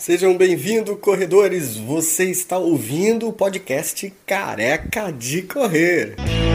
Sejam bem-vindos, corredores! Você está ouvindo o podcast Careca de Correr.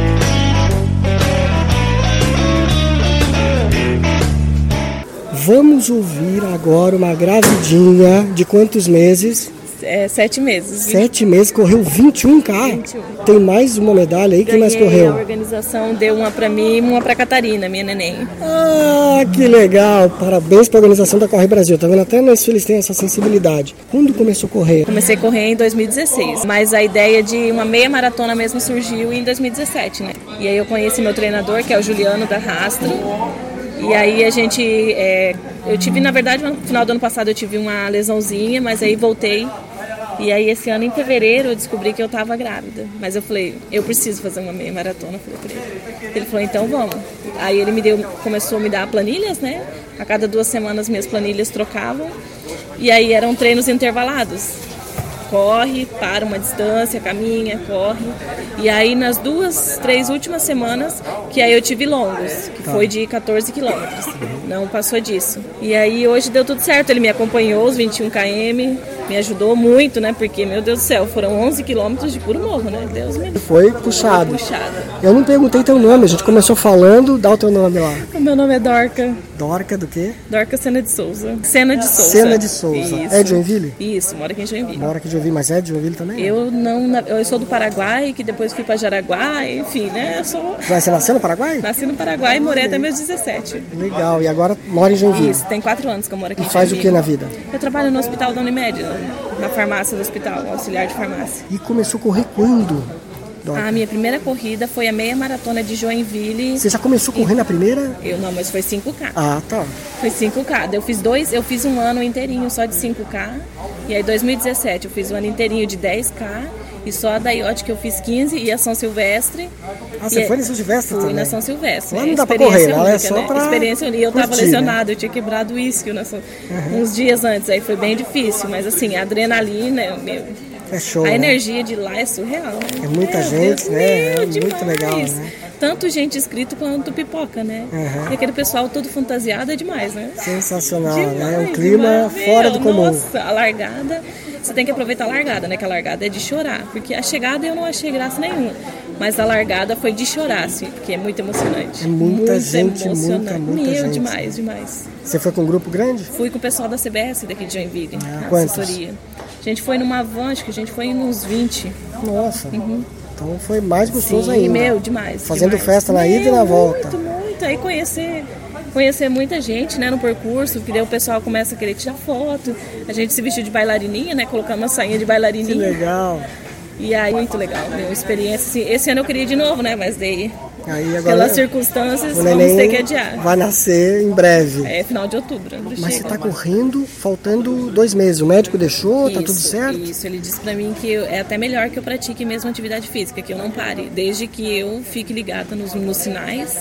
Vamos ouvir agora uma gravidinha de quantos meses? 7 meses. 7 meses, correu 21K? 21. Tem mais uma medalha aí, quem mais correu? A organização deu uma pra mim e uma pra Catarina, minha neném. Ah, que legal! Parabéns pra organização da Corre Brasil. Tá vendo? Até nós eles têm essa sensibilidade. Quando começou a correr? Comecei a correr em 2016, mas a ideia de uma meia maratona mesmo surgiu em 2017, né? E aí eu conheci meu treinador, que é o Juliano da Rastro. E aí a gente, eu tive, na verdade, no final do ano passado eu tive uma lesãozinha, mas aí voltei. E aí esse ano, em fevereiro, eu descobri que eu estava grávida. Mas eu falei, eu preciso fazer uma meia maratona, falei pra ele. Ele falou, então vamos. Aí ele começou a me dar planilhas, né? A cada 2 semanas minhas planilhas trocavam. E aí eram treinos intervalados. Corre, para uma distância, caminha, corre. E aí nas 2, 3 últimas semanas, que aí eu tive longos, que foi de 14 quilômetros. Não passou disso. E aí hoje deu tudo certo, ele me acompanhou os 21 km, me ajudou muito, né? Porque, meu Deus do céu, foram 11 quilômetros de puro morro, né? Deus me livre. Foi puxado. Puxado. Eu não perguntei teu nome, a gente começou falando, dá o teu nome lá. O meu nome é Dorca. Dorca do quê? Dorca Sena de Souza. Sena de Souza. Sena de Souza. Isso. É de Joinville? Isso, mora aqui em Joinville. Mora aqui em Joinville, mas é de Joinville também? Eu sou do Paraguai, que depois fui para Jaraguá, enfim, né? Você nasceu no Paraguai? Nasci no Paraguai e morei até meus 17. Legal, e agora mora em Joinville? Isso, tem 4 anos que eu moro aqui em Joinville. E faz o que na vida? Eu trabalho no hospital da Unimed, na farmácia do hospital, auxiliar de farmácia. E começou a correr quando? Dorca? A minha primeira corrida foi a meia maratona de Joinville. Você já começou a correr na primeira? Mas foi 5K. Ah, tá. Foi 5K. Eu fiz um ano inteirinho só de 5K. E aí em 2017 eu fiz um ano inteirinho de 10K. E só a Daiote que eu fiz 15 e a São Silvestre. Ah, você foi na São Silvestre também? Fui na São Silvestre. Lá não dá pra correr, única, ela é só né? pra experiência única. Eu tava curtir, lesionada, né? eu tinha quebrado o isquio uns dias antes. Aí foi bem difícil, mas assim, a adrenalina, é show, a né? energia de lá é surreal. É muita gente, né? É muito legal, né? Tanto gente inscrito quanto pipoca, né? E aquele pessoal todo fantasiado é demais, né? Sensacional, demais, né? Um clima fora do comum. Nossa, a largada, você tem que aproveitar a largada, né? Que a largada é de chorar, porque a chegada eu não achei graça nenhuma. Mas a largada foi de chorar, assim, porque é muito emocionante. É muita gente, muita gente. Demais. Você foi com um grupo grande? Fui com o pessoal da CBS daqui de Joinville, na quantos? assessoria. A gente foi numa van, acho que a gente foi em uns 20. Nossa, então foi mais gostoso ainda. Demais. Fazendo demais. festa na ida e na volta. Muito. Aí conhecer muita gente, né, no percurso, que daí o pessoal começa a querer tirar foto. A gente se vestiu de bailarininha, né, colocando uma sainha de bailarininha. Que legal. E aí, muito legal, meu, experiência, assim, esse ano eu queria ir de novo, né, mas daí, agora, pelas circunstâncias, o vamos ter que adiar. Vai nascer em breve. É, final de outubro. Mas você tá correndo, faltando 2 meses, o médico deixou, tá tudo certo? Isso, ele disse pra mim que é até melhor que eu pratique mesmo atividade física, que eu não pare, desde que eu fique ligada nos sinais,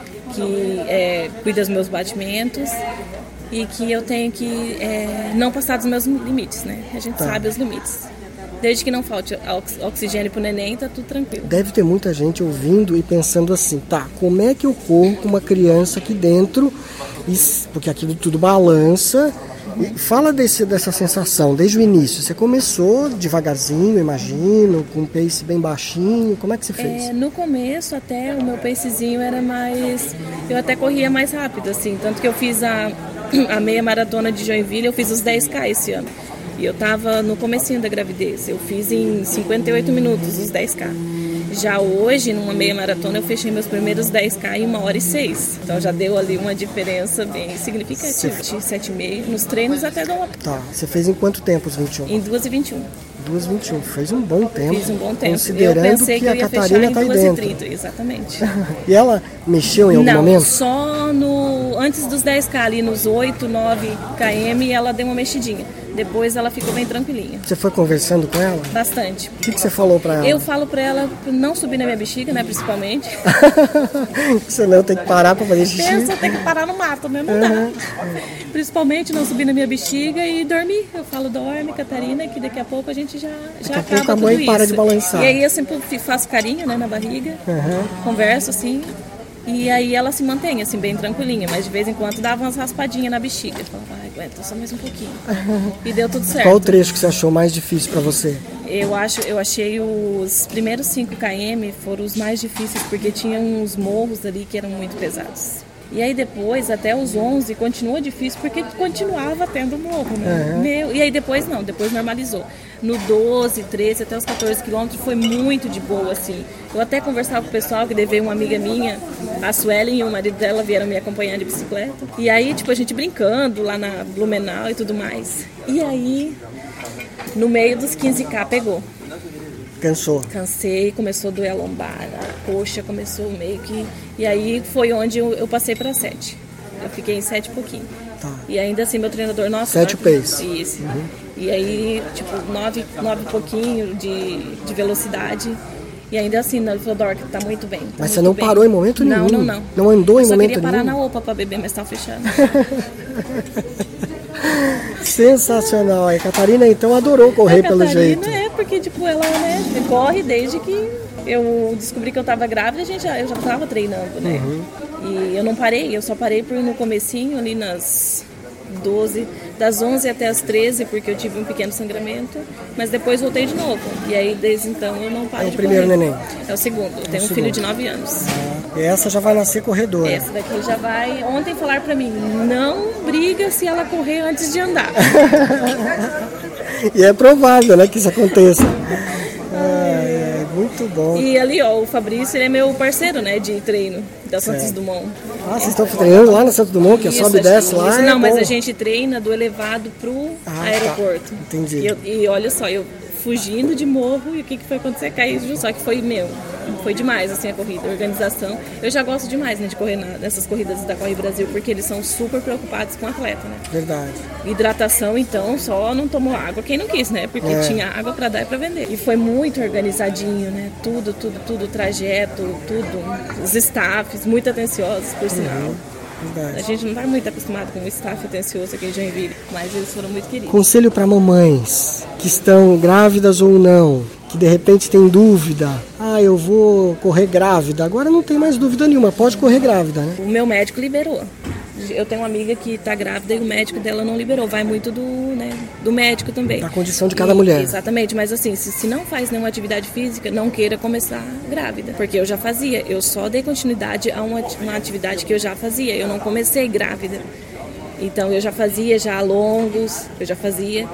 que cuide dos meus batimentos, e que eu tenho que não passar dos meus limites, né? A gente sabe os limites. Desde que não falte oxigênio pro neném, tá tudo tranquilo. Deve ter muita gente ouvindo e pensando assim, tá, como é que eu corro com uma criança aqui dentro, porque aquilo tudo balança. E fala dessa sensação, desde o início. Você começou devagarzinho, imagino, com um pace bem baixinho. Como é que você fez? No começo, até o meu pacezinho era mais... Eu até corria mais rápido, assim. Tanto que eu fiz a meia maratona de Joinville, eu fiz os 10K esse ano. E eu tava no comecinho da gravidez. Eu fiz em 58 minutos os 10K. Já hoje, numa meia maratona, eu fechei meus primeiros 10K em 1h06. Então já deu ali uma diferença bem significativa. 7,5. Nos treinos até dá uma... Tá, você fez em quanto tempo os 21? Em 2h21. 2h21, fez um bom tempo. Fiz um bom tempo. Considerando eu pensei que a Catarina tá aí dentro. 2h30, exatamente. E ela mexeu em algum momento? Não, só antes dos 10K, ali nos 8, 9 km, ela deu uma mexidinha. Depois ela ficou bem tranquilinha. Você foi conversando com ela? Bastante. O que você falou pra ela? Eu falo pra ela não subir na minha bexiga, né, principalmente. Senão tem que parar pra fazer xixi. Pensa, tem que parar no mato, né? Não dá. Principalmente não subir na minha bexiga e dormir. Eu falo, dorme, Catarina, que daqui a pouco a gente já daqui a acaba pouco a mãe tudo para isso. de balançar. E aí eu sempre faço carinho, né, na barriga, converso assim. E aí ela se mantém, assim, bem tranquilinha, mas de vez em quando dava umas raspadinhas na bexiga. Eu falava, ai, aguenta, só mais um pouquinho. E deu tudo certo. Qual o trecho que você achou mais difícil para você? Eu achei os primeiros 5 km foram os mais difíceis, porque tinha uns morros ali que eram muito pesados. E aí depois, até os 11, continua difícil, porque continuava tendo morro, né? E aí depois normalizou. No 12, 13, até os 14 quilômetros foi muito de boa, assim. Eu até conversava com o pessoal, que veio uma amiga minha, a Suelen e o marido dela vieram me acompanhar de bicicleta. E aí, tipo, a gente brincando lá na Blumenau e tudo mais. E aí, no meio dos 15K pegou. Cansou? Cansei, começou a doer a lombar, a coxa começou meio que... E aí foi onde eu passei para 7. Eu fiquei em 7 e pouquinho. Tá. E ainda assim, meu treinador... Nossa, 7 o pace. Isso. E aí, tipo, 9 e pouquinho de velocidade. E ainda assim, ele falou, Dorca, tá muito bem. Mas você não parou em momento nenhum? Não. Não andou em momento nenhum? Eu só queria parar na OPA para beber, mas tava fechado. Sensacional. A Catarina, então, adorou correr pelo jeito. Catarina porque, tipo, ela, né, corre desde que eu descobri que eu tava grávida, eu já tava treinando, né? E eu não parei, eu só parei no comecinho, ali nas 12, das 11 até as 13, porque eu tive um pequeno sangramento, mas depois voltei de novo. E aí, desde então, eu não paro de correr. É o primeiro neném? É o segundo. Eu tenho um filho de 9 anos. E essa já vai nascer corredora? Essa daqui já vai... Ontem falaram pra mim, não briga se ela correr antes de andar. E é provável, né, que isso aconteça. Muito bom. E ali, ó, o Fabrício, ele é meu parceiro, né, de treino da Santos Dumont. Ah, vocês estão treinando lá na Santos Dumont, que sobe e desce lá? Não, mas a gente treina do elevado pro aeroporto. Tá. Entendi. E olha só, eu fugindo de morro, e o que foi acontecer? Caí, só que foi demais, assim, a corrida, a organização. Eu já gosto demais, né, de correr nessas corridas da Corre Brasil, porque eles são super preocupados com o atleta, né? Verdade. Hidratação, então, só não tomou água quem não quis, né? Porque tinha água para dar e para vender. E foi muito organizadinho, né? Tudo, trajeto, tudo. Os staffs, muito atenciosos, por sinal. Verdade. A gente não está muito acostumado com o staff atencioso aqui em Joinville, mas eles foram muito queridos. Conselho para mamães que estão grávidas ou não, que de repente tem dúvida. Eu vou correr grávida. Agora não tem mais dúvida nenhuma, pode correr grávida, né? O meu médico liberou. Eu tenho uma amiga que está grávida e o médico dela não liberou. Vai muito do médico também. Da condição de cada mulher. Exatamente, mas assim, se não faz nenhuma atividade física, não queira começar grávida. Porque eu já fazia, eu só dei continuidade a uma atividade que eu já fazia. Eu não comecei grávida. Então eu já fazia longos, eu já fazia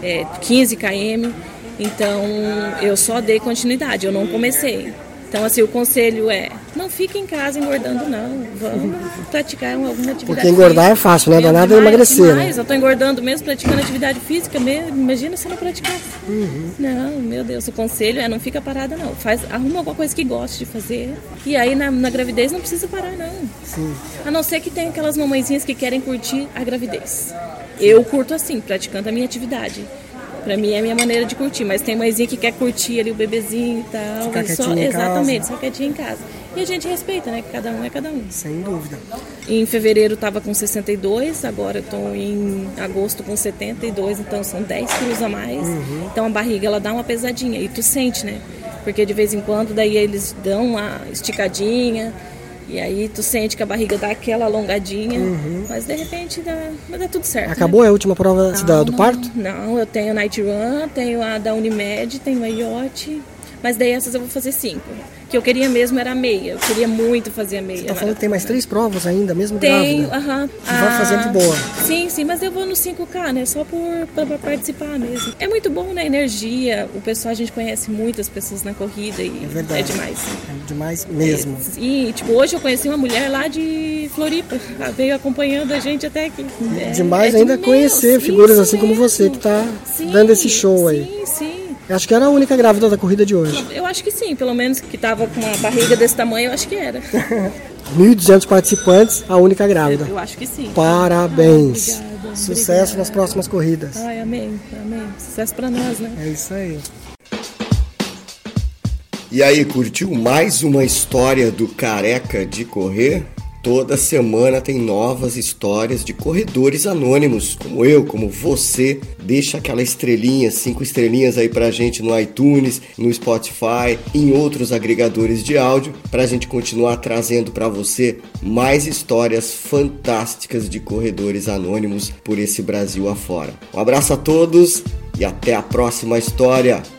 15 km. Então eu só dei continuidade, eu não comecei. Então, assim, o conselho é, não fique em casa engordando, não. Vamos praticar alguma atividade física. Porque engordar é fácil, né? Danado é emagrecer. Demais. Né? Eu tô engordando mesmo praticando atividade física mesmo. Imagina se eu não praticasse. Não, meu Deus, o conselho é não fica parada, não. Arruma alguma coisa que goste de fazer. E aí, na gravidez, não precisa parar, não. Sim. A não ser que tenha aquelas mamãezinhas que querem curtir a gravidez. Eu curto assim, praticando a minha atividade. Pra mim é a minha maneira de curtir, mas tem mãezinha que quer curtir ali o bebezinho e tal. Ficar quietinha em exatamente, casa. só quietinha em casa. E a gente respeita, né? Que cada um é cada um. Sem dúvida. Em fevereiro eu tava com 62, agora eu tô em agosto com 72, então são 10 quilos a mais. Então a barriga ela dá uma pesadinha e tu sente, né? Porque de vez em quando daí eles dão uma esticadinha. E aí tu sente que a barriga dá aquela alongadinha, mas de repente dá tudo certo. Acabou, né? A última prova do parto? Não, eu tenho a Night Run, tenho a da Unimed, tenho a Yacht, mas daí essas eu vou fazer 5. O que eu queria mesmo era a meia, eu queria muito fazer a meia. Você tá falando que tem mais 3 provas ainda, mesmo grávida? Tenho, vai fazendo de boa. Sim, mas eu vou no 5K, né? Só pra participar mesmo. É muito bom, né? Energia. O pessoal, a gente conhece muitas pessoas na corrida e é verdade. É demais. É demais mesmo. E, tipo, hoje eu conheci uma mulher lá de Floripa. Ela veio acompanhando a gente até aqui. Demais ainda conhecer figuras assim como você, que tá dando esse show aí. Sim. Acho que era a única grávida da corrida de hoje. Eu acho que sim, pelo menos que tava com uma barriga desse tamanho, eu acho que era. 1.200 participantes, a única grávida. Eu acho que sim. Parabéns. Obrigada. Sucesso nas próximas corridas. Ai, amém. Sucesso pra nós, né? É isso aí. E aí, curtiu mais uma história do Careca de Correr? Toda semana tem novas histórias de corredores anônimos, como eu, como você. Deixa aquela estrelinha, 5 estrelinhas aí pra gente no iTunes, no Spotify, em outros agregadores de áudio, pra gente continuar trazendo pra você mais histórias fantásticas de corredores anônimos por esse Brasil afora. Um abraço a todos e até a próxima história!